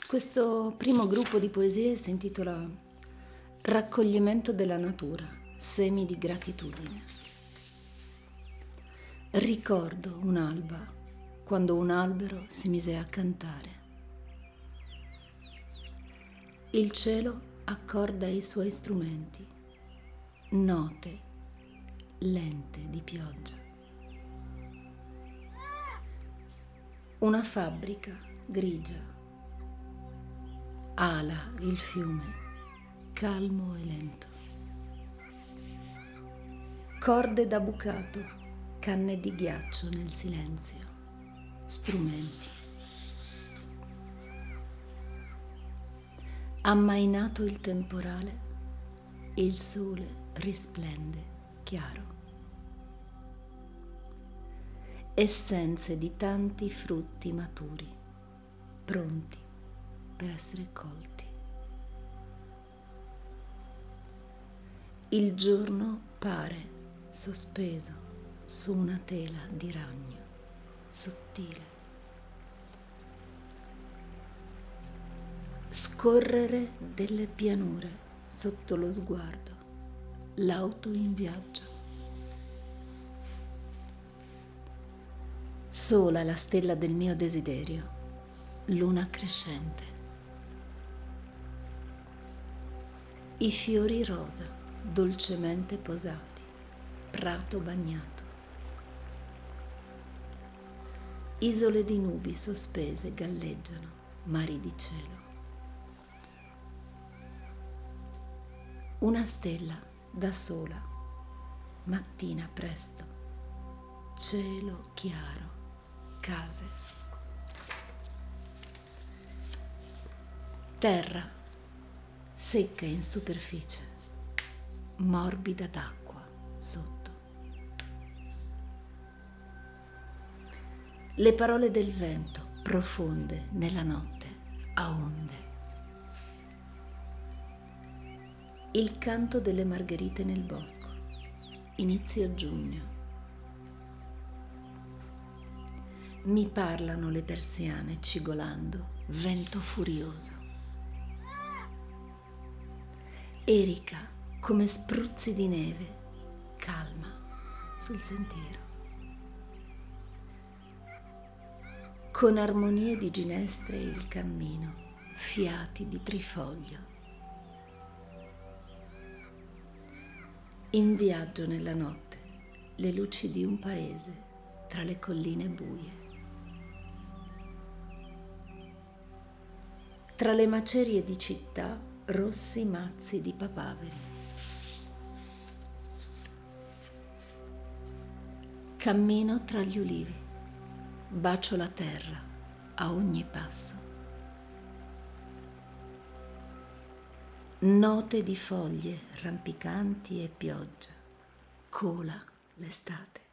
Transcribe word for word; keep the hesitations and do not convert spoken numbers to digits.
Questo primo gruppo di poesie si intitola Raccoglimento della natura, semi di gratitudine. Ricordo un'alba, quando un albero si mise a cantare. Il cielo accorda i suoi strumenti, note lente di pioggia. Una fabbrica grigia ala il fiume, calmo e lento. Corde da bucato, canne di ghiaccio nel silenzio, strumenti. Ammainato il temporale, il sole risplende chiaro. Essenze di tanti frutti maturi, pronti per essere colti. Il giorno pare sospeso su una tela di ragno sottile. Scorrere delle pianure sotto lo sguardo, l'auto in viaggio. Sola la stella del mio desiderio, luna crescente. I fiori rosa, dolcemente posati, prato bagnato. Isole di nubi sospese galleggiano, mari di cielo. Una stella da sola, mattina presto, cielo chiaro, case. Terra, secca in superficie, morbida d'acqua sotto. Le parole del vento, profonde nella notte, a onde. Il canto delle margherite nel bosco, inizio giugno. Mi parlano le persiane cigolando, vento furioso. Erica come spruzzi di neve, calma sul sentiero. Con armonie di ginestre il cammino, fiati di trifoglio. In viaggio nella notte, le luci di un paese tra le colline buie. Tra le macerie di città, rossi mazzi di papaveri. Cammino tra gli ulivi, bacio la terra a ogni passo. Note di foglie rampicanti e pioggia, cola l'estate.